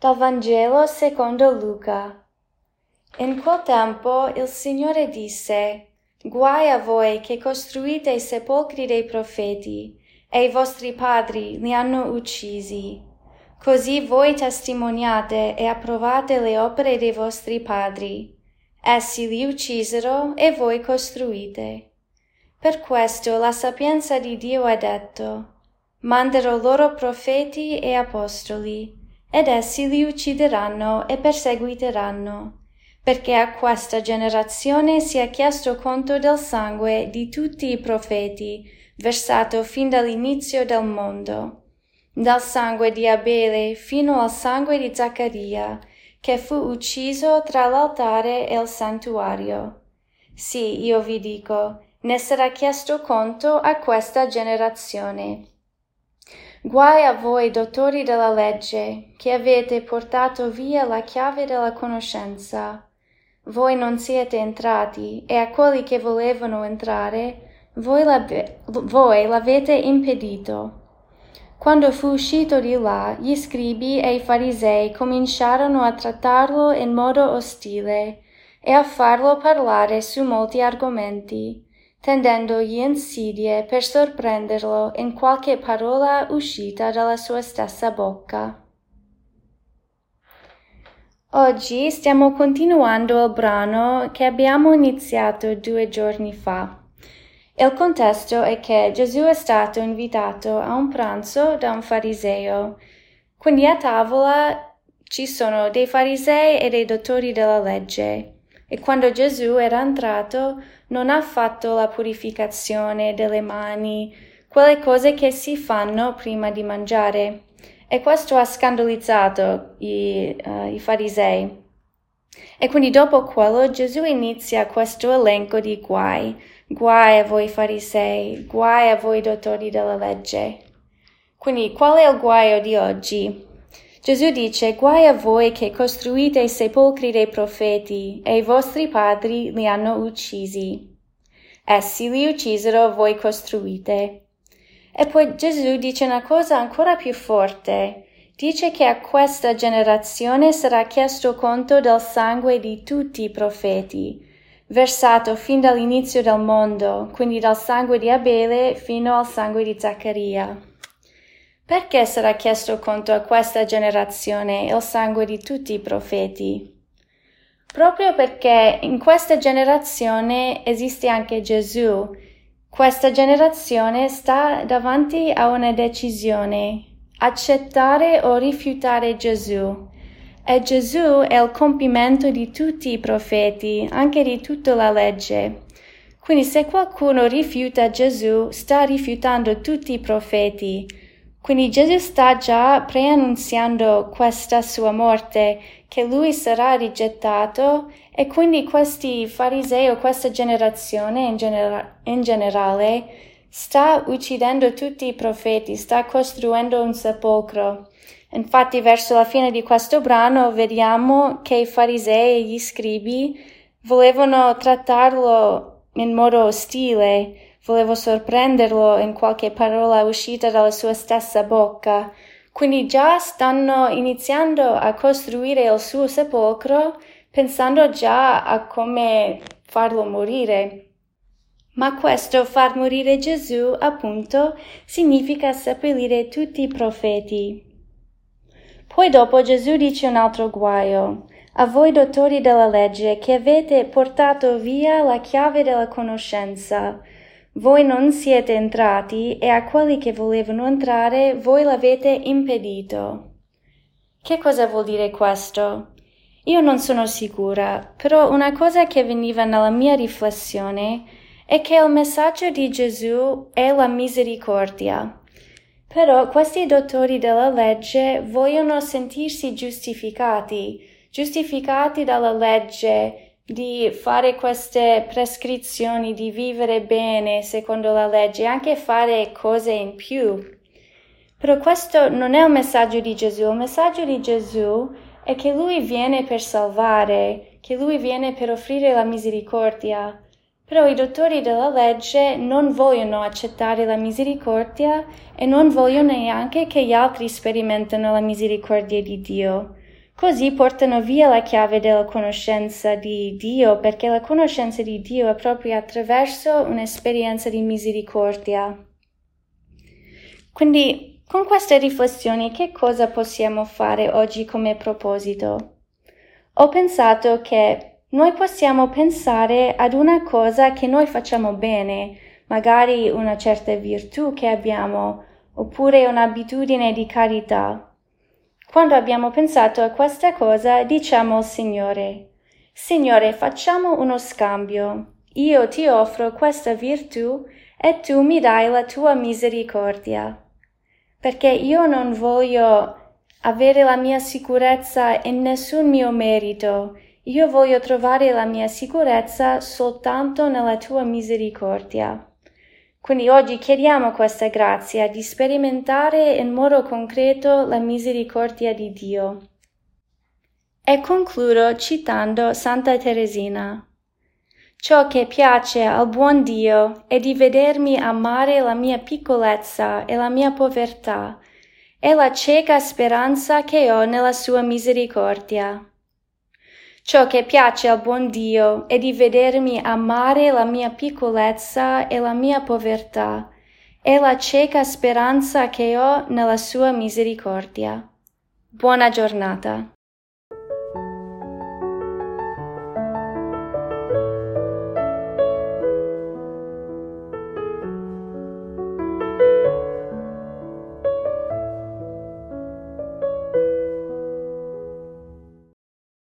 Dal Vangelo secondo Luca. In quel tempo il Signore disse: Guai a voi che costruite i sepolcri dei profeti, e i vostri padri li hanno uccisi. Così voi testimoniate e approvate le opere dei vostri padri. Essi li uccisero e voi costruite. Per questo la sapienza di Dio ha detto: manderò loro profeti e apostoli, ed essi li uccideranno e perseguiteranno, perché a questa generazione sia chiesto conto del sangue di tutti i profeti, versato fin dall'inizio del mondo, dal sangue di Abele fino al sangue di Zaccaria, che fu ucciso tra l'altare e il santuario. Sì, io vi dico, ne sarà chiesto conto a questa generazione. Guai a voi, dottori della legge, che avete portato via la chiave della conoscenza. Voi non siete entrati, e a quelli che volevano entrare, voi l'avete impedito. Quando fu uscito di là, gli scribi e i farisei cominciarono a trattarlo in modo ostile e a farlo parlare su molti argomenti, tendendogli insidie per sorprenderlo in qualche parola uscita dalla sua stessa bocca. Oggi stiamo continuando il brano che abbiamo iniziato 2 giorni fa. Il contesto è che Gesù è stato invitato a un pranzo da un fariseo. Quindi a tavola ci sono dei farisei e dei dottori della legge. E quando Gesù era entrato, non ha fatto la purificazione delle mani, quelle cose che si fanno prima di mangiare. E questo ha scandalizzato i farisei. E quindi dopo quello Gesù inizia questo elenco di guai. Guai a voi farisei, guai a voi dottori della legge. Quindi qual è il guaio di oggi? Gesù dice: guai a voi che costruite i sepolcri dei profeti, e i vostri padri li hanno uccisi. Essi li uccisero, voi costruite. E poi Gesù dice una cosa ancora più forte. Dice che a questa generazione sarà chiesto conto del sangue di tutti i profeti, versato fin dall'inizio del mondo, quindi dal sangue di Abele fino al sangue di Zaccaria. Perché sarà chiesto conto a questa generazione il sangue di tutti i profeti? Proprio perché in questa generazione esiste anche Gesù. Questa generazione sta davanti a una decisione: accettare o rifiutare Gesù. E Gesù è il compimento di tutti i profeti, anche di tutta la legge. Quindi se qualcuno rifiuta Gesù, sta rifiutando tutti i profeti. Quindi Gesù sta già preannunziando questa sua morte, che lui sarà rigettato, e quindi questi farisei o questa generazione in generale sta uccidendo tutti i profeti, sta costruendo un sepolcro. Infatti verso la fine di questo brano vediamo che i farisei e gli scribi volevano trattarlo in modo ostile, volevano sorprenderlo in qualche parola uscita dalla sua stessa bocca. Quindi già stanno iniziando a costruire il suo sepolcro pensando già a come farlo morire. Ma questo far morire Gesù, appunto, significa seppellire tutti i profeti. Poi dopo Gesù dice un altro guaio: a voi dottori della legge che avete portato via la chiave della conoscenza. Voi non siete entrati, e a quelli che volevano entrare voi l'avete impedito. Che cosa vuol dire questo? Io non sono sicura, però una cosa che veniva nella mia riflessione è che il messaggio di Gesù è la misericordia. Però questi dottori della legge vogliono sentirsi giustificati dalla legge, di fare queste prescrizioni, di vivere bene secondo la legge, anche fare cose in più. Però questo non è il messaggio di Gesù. Il messaggio di Gesù è che lui viene per salvare, che lui viene per offrire la misericordia. Però i dottori della legge non vogliono accettare la misericordia e non vogliono neanche che gli altri sperimentino la misericordia di Dio. Così portano via la chiave della conoscenza di Dio, perché la conoscenza di Dio è proprio attraverso un'esperienza di misericordia. Quindi, con queste riflessioni, che cosa possiamo fare oggi come proposito? Ho pensato che noi possiamo pensare ad una cosa che noi facciamo bene, magari una certa virtù che abbiamo, oppure un'abitudine di carità. Quando abbiamo pensato a questa cosa, diciamo al Signore, Signore, facciamo uno scambio. Io ti offro questa virtù e tu mi dai la tua misericordia. Perché io non voglio avere la mia sicurezza in nessun mio merito. Io voglio trovare la mia sicurezza soltanto nella tua misericordia. Quindi oggi chiediamo questa grazia di sperimentare in modo concreto la misericordia di Dio. E concludo citando Santa Teresina. Ciò che piace al buon Dio è di vedermi amare la mia piccolezza e la mia povertà e la cieca speranza che ho nella sua misericordia. Ciò che piace al buon Dio è di vedermi amare la mia piccolezza e la mia povertà e la cieca speranza che ho nella sua misericordia. Buona giornata.